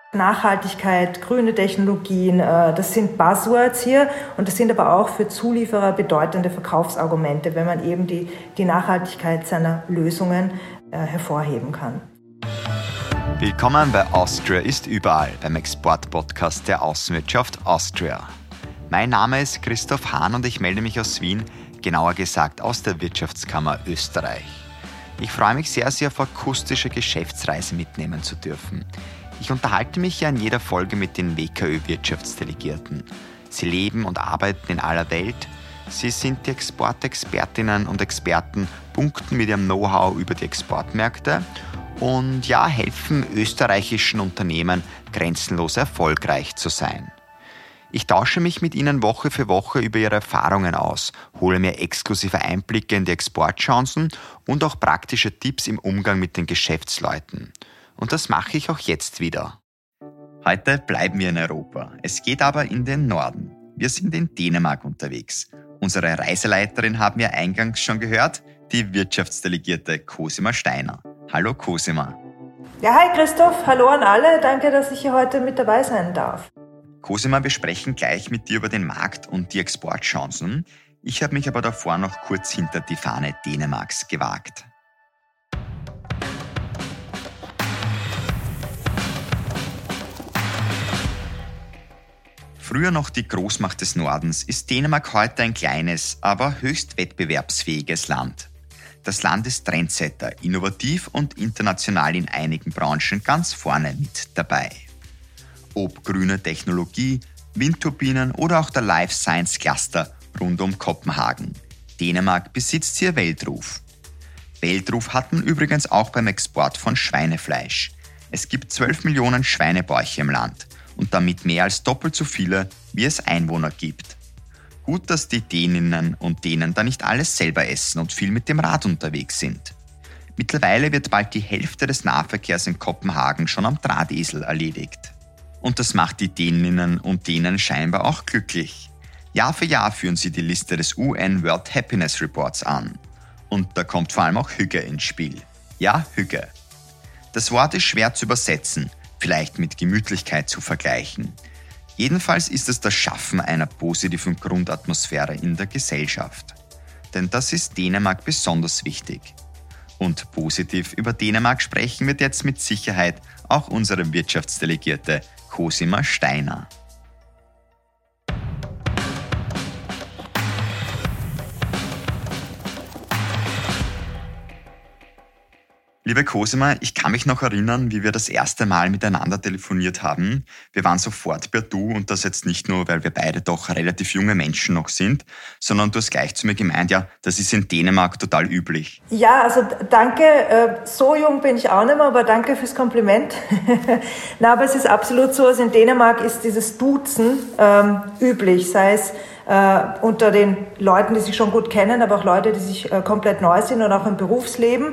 Nachhaltigkeit, grüne Technologien, das sind Buzzwords hier und das sind aber auch für Zulieferer bedeutende Verkaufsargumente, wenn man eben die Nachhaltigkeit seiner Lösungen hervorheben kann. Willkommen bei Austria ist überall, beim Export-Podcast der Außenwirtschaft Austria. Mein Name ist Christoph Hahn und ich melde mich aus Wien, genauer gesagt aus der Wirtschaftskammer Österreich. Ich freue mich sehr, Sie auf akustische Geschäftsreise mitnehmen zu dürfen. Ich unterhalte mich ja in jeder Folge mit den WKÖ-Wirtschaftsdelegierten. Sie leben und arbeiten in aller Welt. Sie sind die Exportexpertinnen und Experten, punkten mit ihrem Know-how über die Exportmärkte und ja, helfen österreichischen Unternehmen grenzenlos erfolgreich zu sein. Ich tausche mich mit ihnen Woche für Woche über ihre Erfahrungen aus, hole mir exklusive Einblicke in die Exportchancen und auch praktische Tipps im Umgang mit den Geschäftsleuten. Und das mache ich auch jetzt wieder. Heute bleiben wir in Europa. Es geht aber in den Norden. Wir sind in Dänemark unterwegs. Unsere Reiseleiterin haben wir eingangs schon gehört, die Wirtschaftsdelegierte Cosima Steiner. Hallo Cosima. Ja, hi Christoph, hallo an alle, danke, dass ich hier heute mit dabei sein darf. Cosima, wir sprechen gleich mit dir über den Markt und die Exportchancen. Ich habe mich aber davor noch kurz hinter die Fahne Dänemarks gewagt. Früher noch die Großmacht des Nordens, ist Dänemark heute ein kleines, aber höchst wettbewerbsfähiges Land. Das Land ist Trendsetter, innovativ und international in einigen Branchen ganz vorne mit dabei. Ob grüne Technologie, Windturbinen oder auch der Life Science Cluster rund um Kopenhagen. Dänemark besitzt hier Weltruf. Weltruf hat man übrigens auch beim Export von Schweinefleisch. Es gibt 12 Millionen Schweinebäuche im Land und damit mehr als doppelt so viele, wie es Einwohner gibt. Gut, dass die Däninnen und Dänen da nicht alles selber essen und viel mit dem Rad unterwegs sind. Mittlerweile wird bald die Hälfte des Nahverkehrs in Kopenhagen schon am Drahtesel erledigt. Und das macht die Däninnen und Dänen scheinbar auch glücklich. Jahr für Jahr führen sie die Liste des UN World Happiness Reports an. Und da kommt vor allem auch Hygge ins Spiel. Ja, Hygge. Das Wort ist schwer zu übersetzen, vielleicht mit Gemütlichkeit zu vergleichen. Jedenfalls ist es das Schaffen einer positiven Grundatmosphäre in der Gesellschaft. Denn das ist Dänemark besonders wichtig. Und positiv über Dänemark sprechen wird jetzt mit Sicherheit auch unsere Wirtschaftsdelegierte Cosima Steiner. Liebe Cosima, ich kann mich noch erinnern, wie wir das erste Mal miteinander telefoniert haben. Wir waren sofort per Du und das jetzt nicht nur, weil wir beide doch relativ junge Menschen noch sind, sondern du hast gleich zu mir gemeint, ja, das ist in Dänemark total üblich. Ja, also danke, so jung bin ich auch nicht mehr, aber danke fürs Kompliment. Na, aber es ist absolut so, also in Dänemark ist dieses Duzen üblich, sei es unter den Leuten, die sich schon gut kennen, aber auch Leute, die sich komplett neu sind und auch im Berufsleben.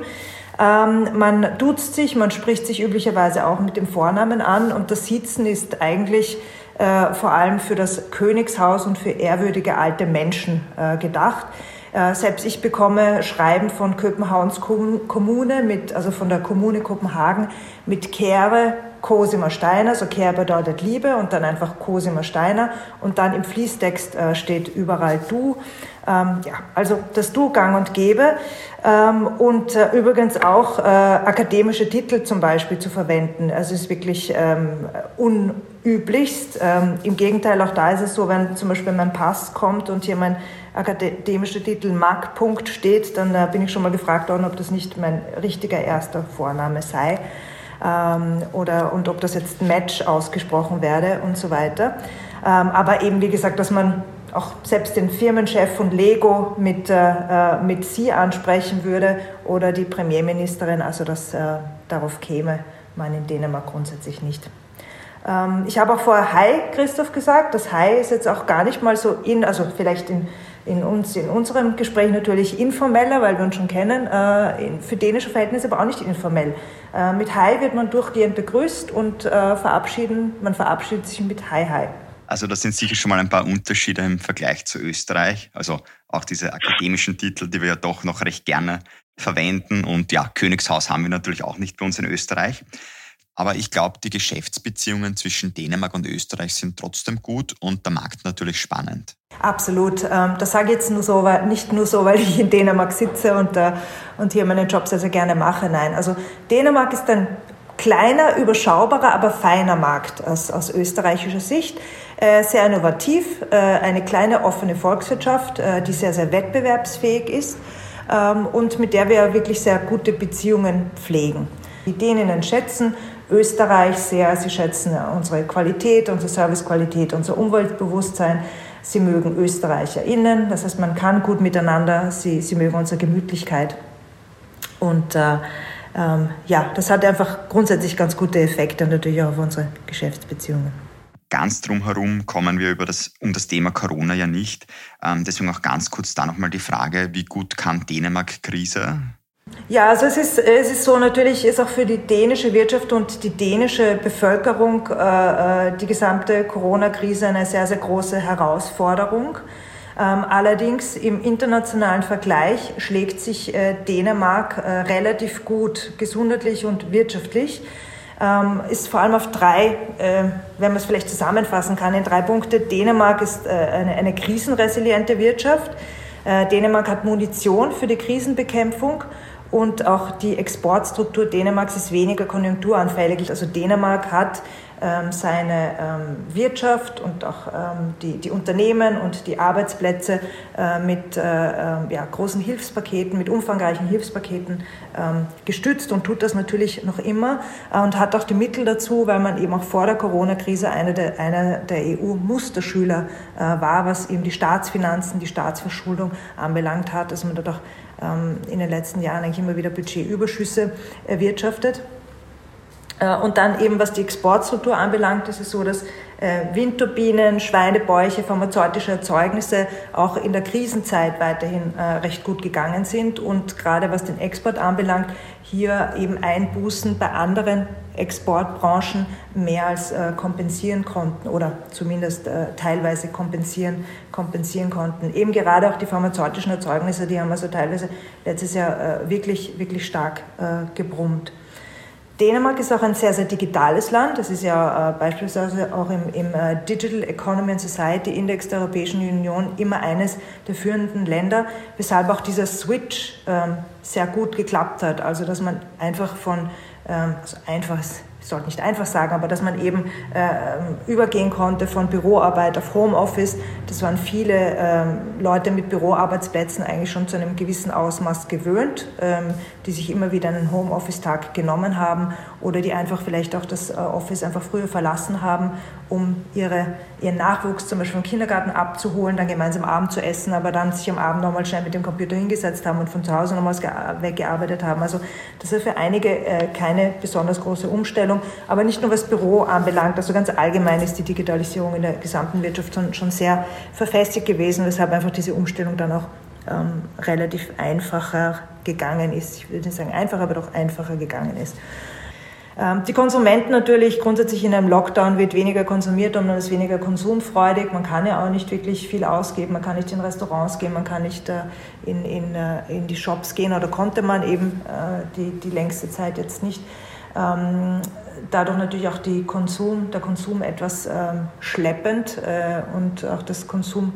Man duzt sich, man spricht sich üblicherweise auch mit dem Vornamen an und das Siezen ist eigentlich vor allem für das Königshaus und für ehrwürdige alte Menschen gedacht. Selbst ich bekomme Schreiben von Københavns Kommune, also von der Kommune Kopenhagen mit Kære Cosima Steiner, so Kære bedeutet Liebe und dann einfach Cosima Steiner und dann im Fließtext steht überall Du. Ja, also das Du gang und gäbe und übrigens auch akademische Titel zum Beispiel zu verwenden. Also es ist wirklich unüblichst. Im Gegenteil, auch da ist es so, wenn zum Beispiel mein Pass kommt und hier mein akademischer Titel Mag. steht, dann bin ich schon mal gefragt worden, ob das nicht mein richtiger erster Vorname sei. Und ob das jetzt Match ausgesprochen werde und so weiter. Aber eben, wie gesagt, dass man auch selbst den Firmenchef von Lego mit Sie ansprechen würde oder die Premierministerin, also darauf käme man in Dänemark grundsätzlich nicht. Ich habe auch vorher Hi, Christoph, gesagt. Das Hi ist jetzt auch gar nicht mal so also vielleicht in unserem Gespräch natürlich informeller, weil wir uns schon kennen, für dänische Verhältnisse aber auch nicht informell. Mit Hi wird man durchgehend begrüßt und man verabschiedet sich mit Hi, Hi. Also das sind sicher schon mal ein paar Unterschiede im Vergleich zu Österreich. Also auch diese akademischen Titel, die wir ja doch noch recht gerne verwenden. Und ja, Königshaus haben wir natürlich auch nicht bei uns in Österreich. Aber ich glaube, die Geschäftsbeziehungen zwischen Dänemark und Österreich sind trotzdem gut und der Markt natürlich spannend. Absolut. Das sage ich jetzt nicht nur so, weil ich in Dänemark sitze und hier meinen Job sehr, sehr gerne mache. Nein, also Dänemark ist ein kleiner, überschaubarer, aber feiner Markt aus österreichischer Sicht. Sehr innovativ, eine kleine offene Volkswirtschaft, die sehr, sehr wettbewerbsfähig ist und mit der wir wirklich sehr gute Beziehungen pflegen. Die Däninnen schätzen Österreich sehr, sie schätzen unsere Qualität, unsere Servicequalität, unser Umweltbewusstsein. Sie mögen ÖsterreicherInnen, das heißt, man kann gut miteinander, sie mögen unsere Gemütlichkeit. Und das hat einfach grundsätzlich ganz gute Effekte natürlich auch auf unsere Geschäftsbeziehungen. Ganz drumherum kommen wir um das Thema Corona ja nicht. Deswegen auch ganz kurz da nochmal die Frage, wie gut kann Dänemark Krise? Ja, also es ist so, natürlich ist auch für die dänische Wirtschaft und die dänische Bevölkerung die gesamte Corona-Krise eine sehr, sehr große Herausforderung. Allerdings im internationalen Vergleich schlägt sich Dänemark relativ gut gesundheitlich und wirtschaftlich. Ist vor allem auf drei, wenn man es vielleicht zusammenfassen kann, in 3 Punkte. Dänemark ist eine krisenresiliente Wirtschaft. Dänemark hat Munition für die Krisenbekämpfung und auch die Exportstruktur Dänemarks ist weniger konjunkturanfällig. Also Dänemark hat seine Wirtschaft und auch die Unternehmen und die Arbeitsplätze mit großen Hilfspaketen, mit umfangreichen Hilfspaketen gestützt und tut das natürlich noch immer und hat auch die Mittel dazu, weil man eben auch vor der Corona-Krise einer der EU-Musterschüler war, was eben die Staatsfinanzen, die Staatsverschuldung anbelangt hat, dass man dort auch in den letzten Jahren eigentlich immer wieder Budgetüberschüsse erwirtschaftet. Und dann eben, was die Exportstruktur anbelangt, ist es so, dass Windturbinen, Schweinebäuche, pharmazeutische Erzeugnisse auch in der Krisenzeit weiterhin recht gut gegangen sind und gerade was den Export anbelangt, hier eben Einbußen bei anderen Exportbranchen mehr als kompensieren konnten oder zumindest teilweise kompensieren konnten. Eben gerade auch die pharmazeutischen Erzeugnisse, die haben also teilweise letztes Jahr wirklich, wirklich stark gebrummt. Dänemark ist auch ein sehr, sehr digitales Land. Das ist ja beispielsweise auch im Digital Economy and Society Index der Europäischen Union immer eines der führenden Länder, weshalb auch dieser Switch sehr gut geklappt hat. Also dass man einfach ich sollte nicht einfach sagen, aber dass man eben übergehen konnte von Büroarbeit auf Homeoffice. Das waren viele Leute mit Büroarbeitsplätzen eigentlich schon zu einem gewissen Ausmaß gewöhnt, die sich immer wieder einen Homeoffice-Tag genommen haben oder die einfach vielleicht auch das Office einfach früher verlassen haben, um ihren Nachwuchs zum Beispiel vom Kindergarten abzuholen, dann gemeinsam Abend zu essen, aber dann sich am Abend nochmal schnell mit dem Computer hingesetzt haben und von zu Hause nochmals weggearbeitet haben. Also das ist für einige keine besonders große Umstellung. Aber nicht nur was Büro anbelangt, also ganz allgemein ist die Digitalisierung in der gesamten Wirtschaft schon sehr verfestigt gewesen, weshalb einfach diese Umstellung dann auch relativ einfacher gegangen ist. Ich würde nicht sagen einfacher, aber doch einfacher gegangen ist. Die Konsumenten natürlich, grundsätzlich in einem Lockdown wird weniger konsumiert und man ist weniger konsumfreudig. Man kann ja auch nicht wirklich viel ausgeben, man kann nicht in Restaurants gehen, man kann nicht in die Shops gehen oder konnte man eben die längste Zeit jetzt nicht. Dadurch natürlich auch der Konsum etwas schleppend und auch das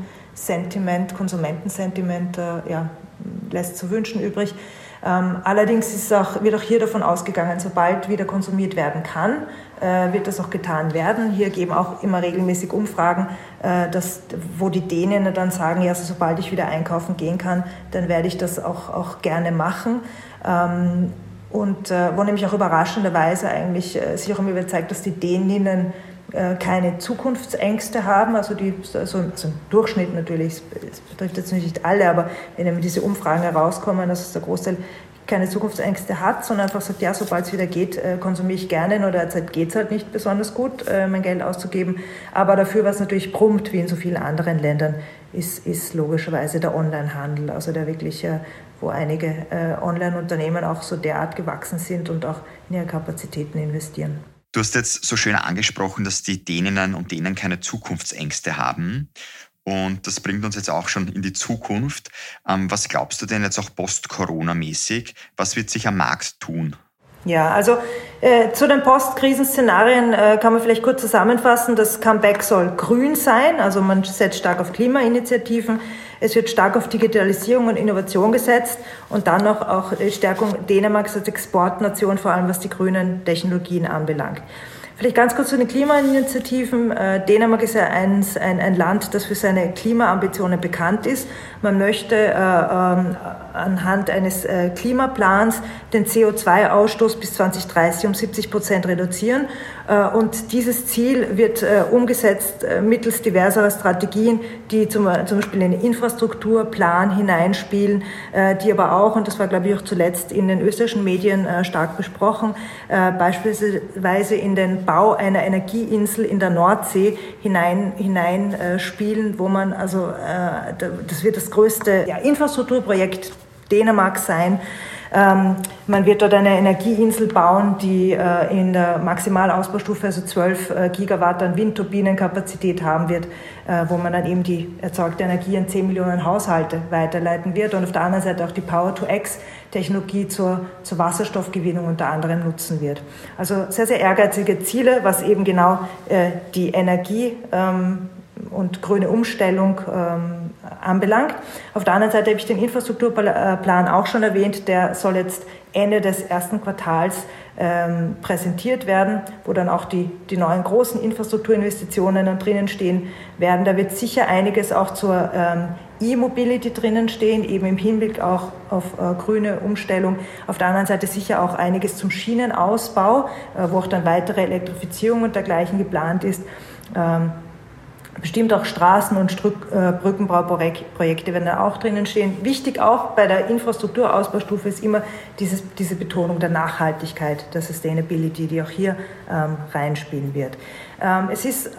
Konsumentensentiment lässt zu wünschen übrig. Allerdings wird auch hier davon ausgegangen, sobald wieder konsumiert werden kann, wird das auch getan werden. Hier geben auch immer regelmäßig Umfragen, wo die Dänen dann sagen, ja, also sobald ich wieder einkaufen gehen kann, dann werde ich das auch gerne machen. Und wo nämlich auch überraschenderweise eigentlich sich auch immer wieder zeigt, dass die Däninnen keine Zukunftsängste haben, also im Durchschnitt natürlich, es betrifft jetzt nicht alle, aber wenn eben diese Umfragen herauskommen, dass der Großteil keine Zukunftsängste hat, sondern einfach sagt, ja, sobald es wieder geht, konsumiere ich gerne, in der Zeit geht es halt nicht besonders gut, mein Geld auszugeben, aber dafür, was natürlich brummt, wie in so vielen anderen Ländern, ist logischerweise der Onlinehandel, also der wirklich, wo einige Online-Unternehmen auch so derart gewachsen sind und auch in ihre Kapazitäten investieren. Du hast jetzt so schön angesprochen, dass die Däninnen und Dänen keine Zukunftsängste haben. Und das bringt uns jetzt auch schon in die Zukunft. Was glaubst du denn jetzt auch post-Corona-mäßig? Was wird sich am Markt tun? Ja, also Zu den Post-Krisen-Szenarien kann man vielleicht kurz zusammenfassen. Das Comeback soll grün sein, also man setzt stark auf Klimainitiativen. Es wird stark auf Digitalisierung und Innovation gesetzt und dann noch auch die Stärkung Dänemarks als Exportnation, vor allem was die grünen Technologien anbelangt. Vielleicht ganz kurz zu den Klimainitiativen. Dänemark ist ja ein Land, das für seine Klimaambitionen bekannt ist. Man möchte anhand eines Klimaplans den CO2-Ausstoß bis 2030 um 70% reduzieren. Und dieses Ziel wird umgesetzt mittels diverser Strategien, die zum Beispiel in den Infrastrukturplan hineinspielen, die aber auch, und das war glaube ich auch zuletzt in den österreichischen Medien stark besprochen, beispielsweise in den Bau einer Energieinsel in der Nordsee hineinspielen, wo man also, das wird das größte Infrastrukturprojekt Dänemarks sein. Man wird dort eine Energieinsel bauen, die in der Maximalausbaustufe, also 12 Gigawatt an Windturbinenkapazität haben wird, wo man dann eben die erzeugte Energie an 10 Millionen Haushalte weiterleiten wird und auf der anderen Seite auch die Power-to-X-Technologie zur Wasserstoffgewinnung unter anderem nutzen wird. Also sehr, sehr ehrgeizige Ziele, was eben genau die Energie und grüne Umstellung anbelangt. Auf der anderen Seite habe ich den Infrastrukturplan auch schon erwähnt, der soll jetzt Ende des ersten Quartals präsentiert werden, wo dann auch die neuen großen Infrastrukturinvestitionen dann drinnen stehen werden. Da wird sicher einiges auch zur E-Mobility drinnen stehen, eben im Hinblick auch auf grüne Umstellung. Auf der anderen Seite sicher auch einiges zum Schienenausbau, wo auch dann weitere Elektrifizierung und dergleichen geplant ist. Bestimmt auch Straßen- und Brückenbauprojekte werden da auch drinnen stehen. Wichtig auch bei der Infrastrukturausbaustufe ist immer diese Betonung der Nachhaltigkeit, der Sustainability, die auch hier reinspielen wird. Es ist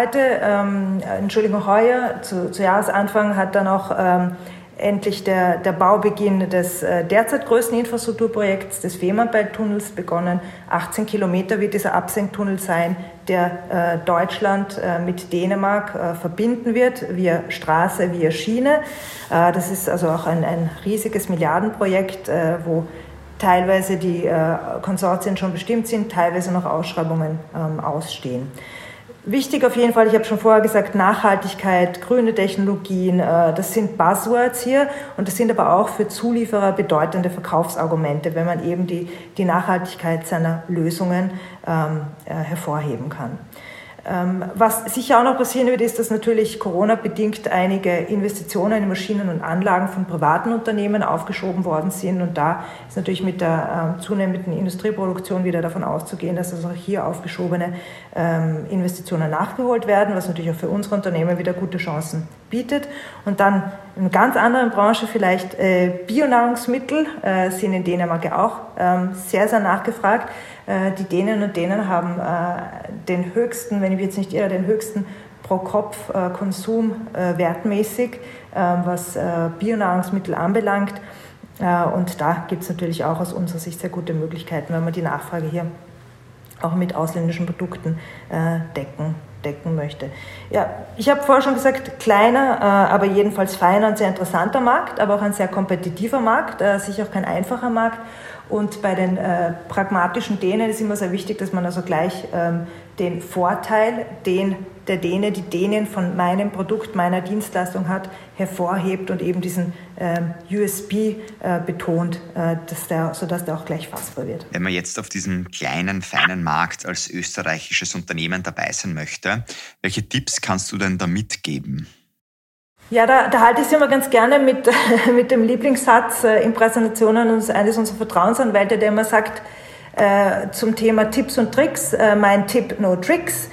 heuer, zu Jahresanfang hat dann auch endlich der Baubeginn des derzeit größten Infrastrukturprojekts des Fehmarnbelt-Tunnels begonnen. 18 Kilometer wird dieser Absenktunnel sein, der Deutschland mit Dänemark verbinden wird, via Straße, via Schiene. Das ist also auch ein riesiges Milliardenprojekt, wo teilweise die Konsortien schon bestimmt sind, teilweise noch Ausschreibungen ausstehen. Wichtig auf jeden Fall, ich habe schon vorher gesagt, Nachhaltigkeit, grüne Technologien, das sind Buzzwords hier und das sind aber auch für Zulieferer bedeutende Verkaufsargumente, wenn man eben die Nachhaltigkeit seiner Lösungen hervorheben kann. Was sicher auch noch passieren wird, ist, dass natürlich Corona-bedingt einige Investitionen in Maschinen und Anlagen von privaten Unternehmen aufgeschoben worden sind. Und da ist natürlich mit der zunehmenden Industrieproduktion wieder davon auszugehen, dass also auch hier aufgeschobene Investitionen nachgeholt werden, was natürlich auch für unsere Unternehmen wieder gute Chancen bietet. Und dann in einer ganz anderen Branche vielleicht Bionahrungsmittel sind in Dänemark ja auch sehr, sehr nachgefragt. Die Däninnen und Dänen haben den höchsten, wenn ich jetzt nicht irre, den höchsten Pro-Kopf-Konsum wertmäßig, was Bionahrungsmittel anbelangt. Und da gibt es natürlich auch aus unserer Sicht sehr gute Möglichkeiten, wenn man die Nachfrage hier auch mit ausländischen Produkten decken möchte. Ja, ich habe vorher schon gesagt, kleiner, aber jedenfalls feiner und sehr interessanter Markt, aber auch ein sehr kompetitiver Markt, sicher auch kein einfacher Markt. Und bei den pragmatischen Dänen ist immer sehr wichtig, dass man also gleich den Vorteil, den der Däne, die Dänin von meinem Produkt, meiner Dienstleistung hat, hervorhebt und eben diesen USP betont, sodass der auch gleich fassbar wird. Wenn man jetzt auf diesem kleinen, feinen Markt als österreichisches Unternehmen dabei sein möchte, welche Tipps kannst du denn da mitgeben? Ja, da halte ich es immer ganz gerne mit dem Lieblingssatz in Präsentationen eines unserer Vertrauensanwälte, der immer sagt, zum Thema Tipps und Tricks, mein Tipp, no tricks.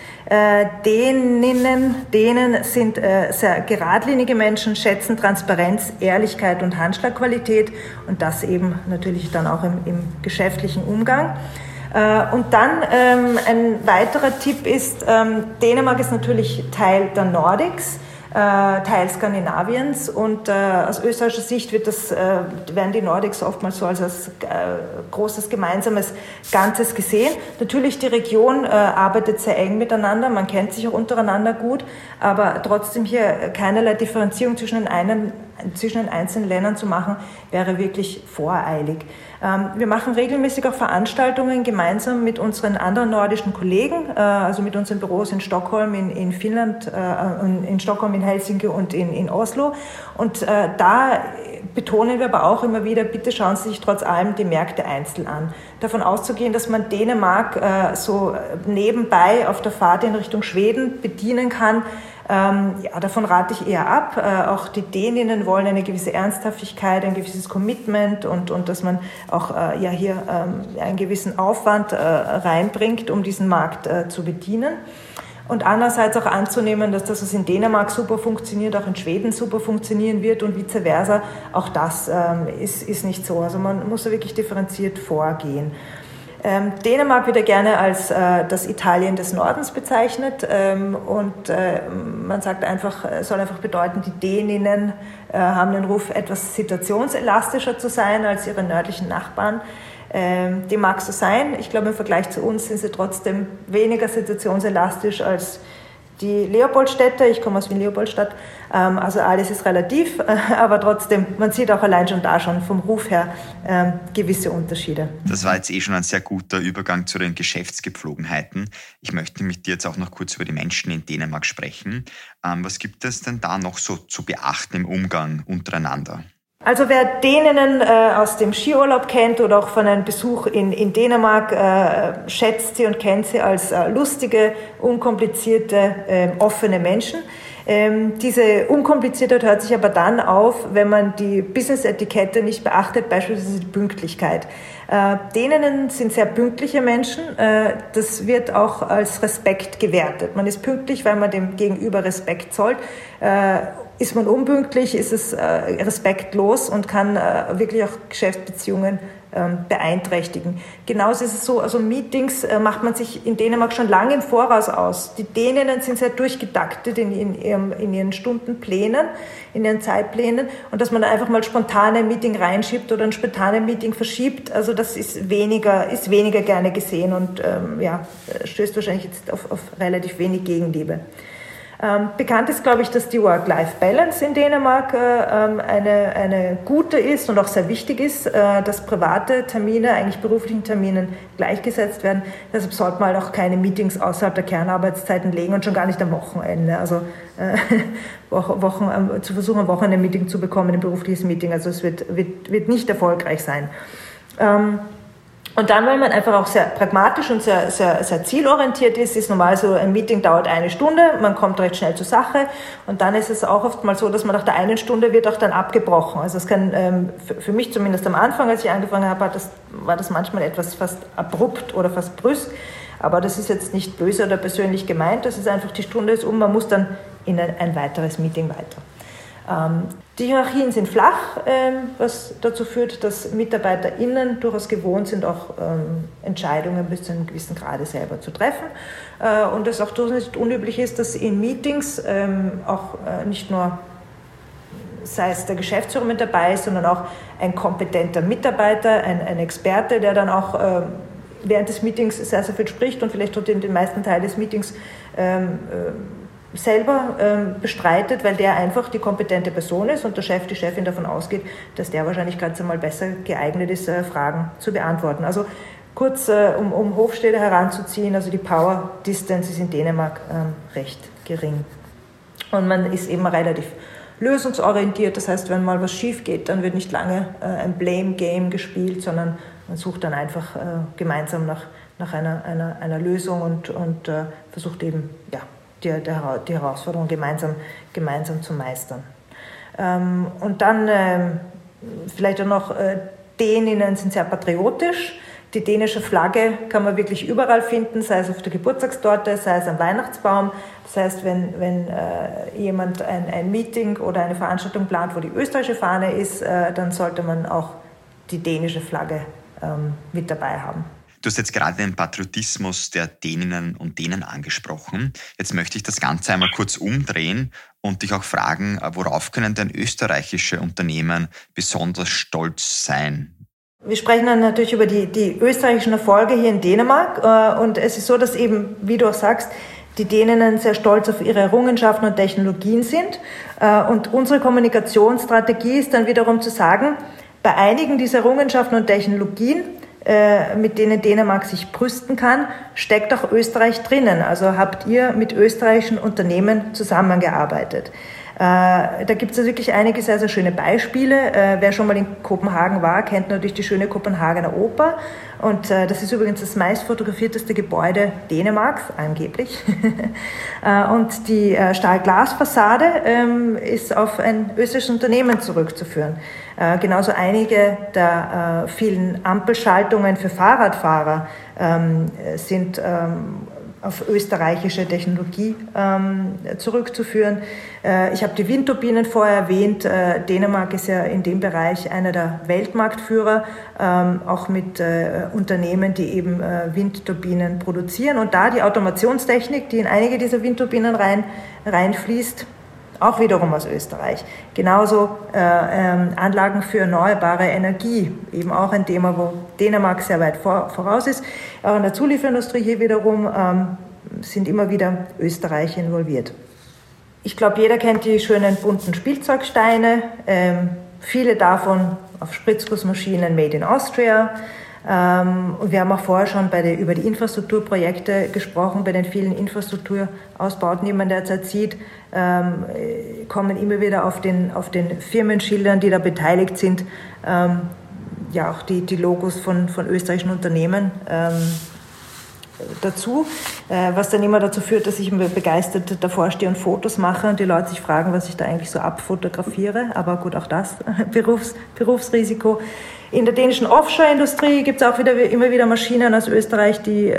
Dänen sind sehr geradlinige Menschen, schätzen Transparenz, Ehrlichkeit und Handschlagqualität und das eben natürlich dann auch im geschäftlichen Umgang. Und dann ein weiterer Tipp ist, Dänemark ist natürlich Teil der Nordics, Teil Skandinaviens und aus österreichischer Sicht werden die Nordics oftmals so als großes gemeinsames Ganzes gesehen. Natürlich, die Region arbeitet sehr eng miteinander, man kennt sich auch untereinander gut, aber trotzdem hier keinerlei Differenzierung zwischen den einen zwischen den einzelnen Ländern zu machen, wäre wirklich voreilig. Wir machen regelmäßig auch Veranstaltungen gemeinsam mit unseren anderen nordischen Kollegen, also mit unseren Büros in Stockholm, in Finnland, in Stockholm, in Helsinki und in Oslo. Und da betonen wir aber auch immer wieder, bitte schauen Sie sich trotz allem die Märkte einzeln an. Davon auszugehen, dass man Dänemark so nebenbei auf der Fahrt in Richtung Schweden bedienen kann, davon rate ich eher ab. Auch die Däninnen wollen eine gewisse Ernsthaftigkeit, ein gewisses Commitment und dass man auch hier einen gewissen Aufwand reinbringt, um diesen Markt zu bedienen. Und andererseits auch anzunehmen, dass das, was in Dänemark super funktioniert, auch in Schweden super funktionieren wird und vice versa. Auch das ist nicht so. Also man muss da wirklich differenziert vorgehen. Dänemark wird ja gerne als das Italien des Nordens bezeichnet und man sagt einfach, soll einfach bedeuten, die Däninnen haben den Ruf, etwas situationselastischer zu sein als ihre nördlichen Nachbarn. Dem mag so sein. Ich glaube, im Vergleich zu uns sind sie trotzdem weniger situationselastisch als die Leopoldstädter. Ich komme aus Wien-Leopoldstadt. Also alles ist relativ, aber trotzdem, man sieht auch allein schon da schon vom Ruf her gewisse Unterschiede. Das war jetzt schon ein sehr guter Übergang zu den Geschäftsgepflogenheiten. Ich möchte mit dir jetzt auch noch kurz über die Menschen in Dänemark sprechen. Was gibt es denn da noch so zu beachten im Umgang untereinander? Also wer Däninnen aus dem Skiurlaub kennt oder auch von einem Besuch in Dänemark, schätzt sie und kennt sie als lustige, unkomplizierte, offene Menschen. Diese Unkompliziertheit hört sich aber dann auf, wenn man die Business-Etikette nicht beachtet, beispielsweise die Pünktlichkeit. Däninnen sind sehr pünktliche Menschen. Das wird auch als Respekt gewertet. Man ist pünktlich, weil man dem Gegenüber Respekt zollt. Ist man unpünktlich, ist es respektlos und kann wirklich auch Geschäftsbeziehungen beeinträchtigen. Genauso ist es so, also Meetings macht man sich in Dänemark schon lange im Voraus aus. Die Däninnen sind sehr durchgetaktet in ihren Stundenplänen, in ihren Zeitplänen und dass man einfach mal spontan ein Meeting reinschiebt oder ein spontanes Meeting verschiebt, also das ist weniger gerne gesehen und stößt wahrscheinlich jetzt auf relativ wenig Gegenliebe. Bekannt ist, glaube ich, dass die Work-Life-Balance in Dänemark eine gute ist und auch sehr wichtig ist, dass private Termine eigentlich beruflichen Terminen gleichgesetzt werden. Deshalb sollte man auch keine Meetings außerhalb der Kernarbeitszeiten legen und schon gar nicht am Wochenende. Also zu versuchen, am Wochenende ein Meeting zu bekommen, ein berufliches Meeting. Also es wird nicht erfolgreich sein. Und dann, weil man einfach auch sehr pragmatisch und sehr zielorientiert ist normal so, ein Meeting dauert 1 Stunde, man kommt recht schnell zur Sache und dann ist es auch oft mal so, dass man nach der 1 Stunde wird auch dann abgebrochen. Also es kann, für mich zumindest am Anfang, als ich angefangen habe, war das manchmal etwas fast abrupt oder fast brüsk, aber das ist jetzt nicht böse oder persönlich gemeint, das ist einfach, die Stunde ist man muss dann in ein weiteres Meeting weiter. Die Hierarchien sind flach, was dazu führt, dass MitarbeiterInnen durchaus gewohnt sind, auch Entscheidungen bis zu einem gewissen Grade selber zu treffen. Und es auch durchaus nicht unüblich ist, dass in Meetings auch nicht nur, sei es der Geschäftsführer mit dabei ist, sondern auch ein kompetenter Mitarbeiter, ein Experte, der dann auch während des Meetings sehr, sehr viel spricht und vielleicht den meisten Teil des Meetings selber bestreitet, weil der einfach die kompetente Person ist und der Chef, die Chefin davon ausgeht, dass der wahrscheinlich ganz einmal besser geeignet ist, Fragen zu beantworten. Also kurz, um Hofstede heranzuziehen, also die Power Distance ist in Dänemark recht gering. Und man ist eben relativ lösungsorientiert, das heißt, wenn mal was schief geht, dann wird nicht lange ein Blame-Game gespielt, sondern man sucht dann einfach gemeinsam nach einer Lösung und versucht eben, die Herausforderung gemeinsam zu meistern. Und dann vielleicht auch noch, Däninnen sind sehr patriotisch. Die dänische Flagge kann man wirklich überall finden, sei es auf der Geburtstagstorte, sei es am Weihnachtsbaum. Das heißt, wenn jemand ein Meeting oder eine Veranstaltung plant, wo die österreichische Fahne ist, dann sollte man auch die dänische Flagge mit dabei haben. Du hast jetzt gerade den Patriotismus der Däninnen und Dänen angesprochen. Jetzt möchte ich das Ganze einmal kurz umdrehen und dich auch fragen, worauf können denn österreichische Unternehmen besonders stolz sein? Wir sprechen dann natürlich über die österreichischen Erfolge hier in Dänemark und es ist so, dass eben, wie du auch sagst, die Dänen sehr stolz auf ihre Errungenschaften und Technologien sind. Und unsere Kommunikationsstrategie ist dann wiederum zu sagen, bei einigen dieser Errungenschaften und Technologien, mit denen Dänemark sich brüsten kann, steckt auch Österreich drinnen. Also habt ihr mit österreichischen Unternehmen zusammengearbeitet. Da gibt es wirklich einige sehr, sehr schöne Beispiele. Wer schon mal in Kopenhagen war, kennt natürlich die schöne Kopenhagener Oper. Und das ist übrigens das meist fotografierteste Gebäude Dänemarks, angeblich. Und die Stahlglasfassade ist auf ein österreichisches Unternehmen zurückzuführen. Genauso einige der vielen Ampelschaltungen für Fahrradfahrer sind auf österreichische Technologie zurückzuführen. Ich habe die Windturbinen vorher erwähnt. Dänemark ist ja in dem Bereich einer der Weltmarktführer, auch mit Unternehmen, die eben Windturbinen produzieren. Und da die Automationstechnik, die in einige dieser Windturbinen reinfließt, auch wiederum aus Österreich. Genauso Anlagen für erneuerbare Energie, eben auch ein Thema, wo Dänemark sehr weit voraus ist. Auch in der Zulieferindustrie hier wiederum sind immer wieder Österreich involviert. Ich glaube, jeder kennt die schönen bunten Spielzeugsteine, viele davon auf Spritzgussmaschinen made in Austria. Und wir haben auch vorher schon über die Infrastrukturprojekte gesprochen, bei den vielen Infrastrukturausbauten, die man derzeit sieht, kommen immer wieder auf den Firmenschildern, die da beteiligt sind, ja auch die Logos von österreichischen Unternehmen dazu, was dann immer dazu führt, dass ich immer begeistert davor stehe und Fotos mache und die Leute sich fragen, was ich da eigentlich so abfotografiere. Aber gut, auch das Berufsrisiko. In der dänischen Offshore-Industrie gibt es auch immer wieder Maschinen aus Österreich, die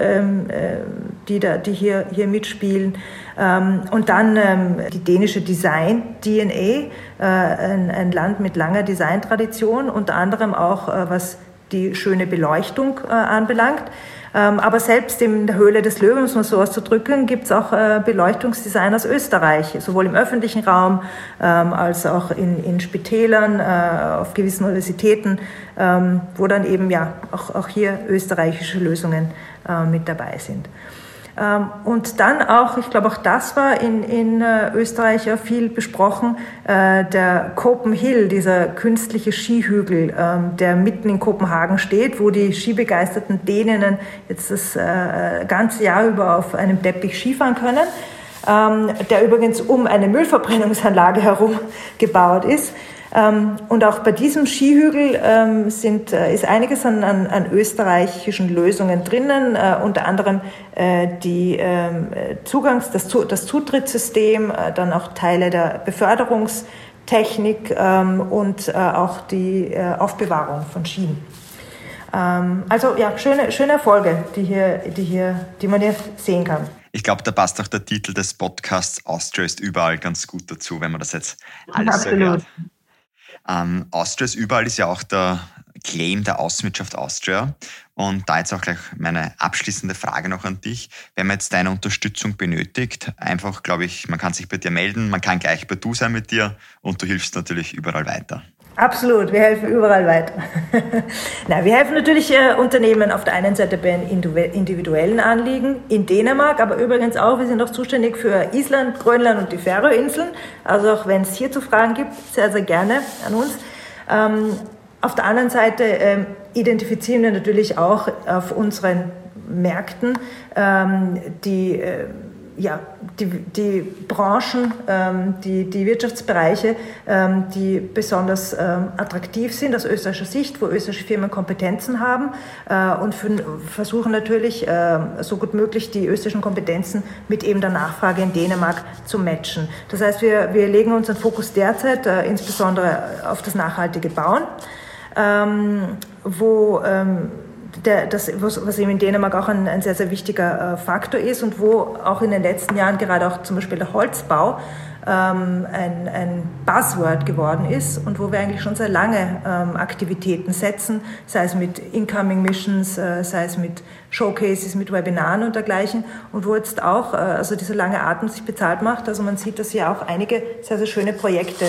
hier mitspielen. Und dann die dänische Design-DNA, ein Land mit langer Designtradition, unter anderem auch was die schöne Beleuchtung anbelangt. Aber selbst in der Höhle des Löwen, um es mal so auszudrücken, gibt es auch Beleuchtungsdesign aus Österreich, sowohl im öffentlichen Raum als auch in Spitälern, auf gewissen Universitäten, wo dann eben ja auch hier österreichische Lösungen mit dabei sind. Und dann auch, ich glaube auch das war in Österreich ja viel besprochen, der Copenhill, dieser künstliche Skihügel, der mitten in Kopenhagen steht, wo die skibegeisterten Däninnen jetzt das ganze Jahr über auf einem Teppich Skifahren können, der übrigens um eine Müllverbrennungsanlage herum gebaut ist. Und auch bei diesem Skihügel ist einiges an österreichischen Lösungen drinnen, unter anderem das Zutrittssystem, dann auch Teile der Beförderungstechnik und auch die Aufbewahrung von Skien. Also ja, schöne Erfolge, die man hier sehen kann. Ich glaube, da passt auch der Titel des Podcasts Austria ist überall ganz gut dazu, wenn man das jetzt alles so hört. Austria ist überall ist ja auch der Claim der Außenwirtschaft Austria. Und da jetzt auch gleich meine abschließende Frage noch an dich. Wenn man jetzt deine Unterstützung benötigt, einfach, glaube ich, man kann sich bei dir melden, man kann gleich bei du sein mit dir und du hilfst natürlich überall weiter. Absolut, wir helfen überall weiter. Nein, wir helfen natürlich Unternehmen auf der einen Seite bei individuellen Anliegen in Dänemark, aber übrigens auch, wir sind auch zuständig für Island, Grönland und die Färöerinseln. Also auch wenn es hierzu Fragen gibt, sehr, sehr gerne an uns. Auf der anderen Seite identifizieren wir natürlich auch auf unseren Märkten die Branchen, die Wirtschaftsbereiche, die besonders attraktiv sind aus österreichischer Sicht, wo österreichische Firmen Kompetenzen haben und versuchen natürlich so gut möglich die österreichischen Kompetenzen mit eben der Nachfrage in Dänemark zu matchen. Das heißt, wir legen unseren Fokus derzeit insbesondere auf das nachhaltige Bauen, was eben in Dänemark auch ein sehr, sehr wichtiger Faktor ist und wo auch in den letzten Jahren gerade auch zum Beispiel der Holzbau ein Buzzword geworden ist und wo wir eigentlich schon sehr lange Aktivitäten setzen, sei es mit Incoming Missions, sei es mit Showcases, mit Webinaren und dergleichen und wo jetzt auch also dieser lange Atem sich bezahlt macht. Also man sieht, dass hier auch einige sehr, sehr schöne Projekte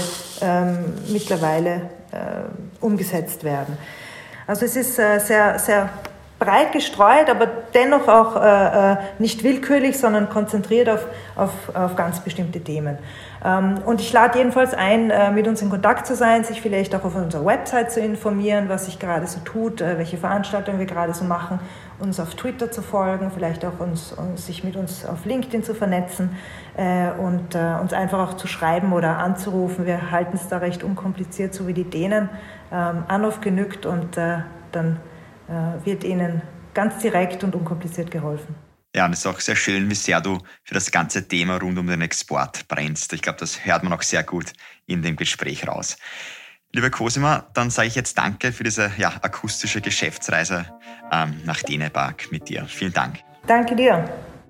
mittlerweile umgesetzt werden. Also es ist sehr, sehr breit gestreut, aber dennoch auch nicht willkürlich, sondern konzentriert auf ganz bestimmte Themen. Und ich lade jedenfalls ein, mit uns in Kontakt zu sein, sich vielleicht auch auf unserer Website zu informieren, was sich gerade so tut, welche Veranstaltungen wir gerade so machen, uns auf Twitter zu folgen, vielleicht auch sich mit uns auf LinkedIn zu vernetzen und uns einfach auch zu schreiben oder anzurufen. Wir halten es da recht unkompliziert, so wie die Dänen. Anruf genügt und dann wird Ihnen ganz direkt und unkompliziert geholfen. Ja, und es ist auch sehr schön, wie sehr du für das ganze Thema rund um den Export brennst. Ich glaube, das hört man auch sehr gut in dem Gespräch raus. Liebe Cosima, dann sage ich jetzt danke für diese akustische Geschäftsreise nach Dänemark mit dir. Vielen Dank. Danke dir.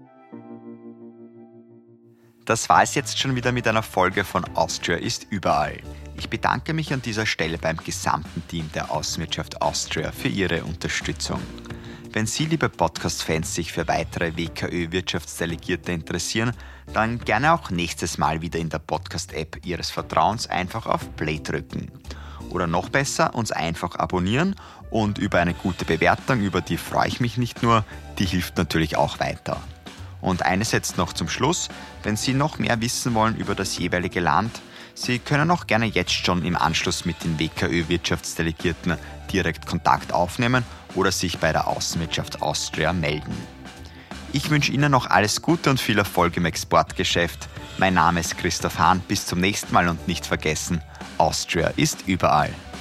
Das war es jetzt schon wieder mit einer Folge von Austria ist überall. Ich bedanke mich an dieser Stelle beim gesamten Team der Außenwirtschaft Austria für ihre Unterstützung. Wenn Sie, liebe Podcast-Fans, sich für weitere WKÖ-Wirtschaftsdelegierte interessieren, dann gerne auch nächstes Mal wieder in der Podcast-App Ihres Vertrauens einfach auf Play drücken. Oder noch besser, uns einfach abonnieren und über eine gute Bewertung, über die freue ich mich nicht nur, die hilft natürlich auch weiter. Und eines jetzt noch zum Schluss, wenn Sie noch mehr wissen wollen über das jeweilige Land, Sie können auch gerne jetzt schon im Anschluss mit den WKÖ-Wirtschaftsdelegierten direkt Kontakt aufnehmen oder sich bei der Außenwirtschaft Austria melden. Ich wünsche Ihnen noch alles Gute und viel Erfolg im Exportgeschäft. Mein Name ist Christoph Hahn, bis zum nächsten Mal und nicht vergessen, Austria ist überall.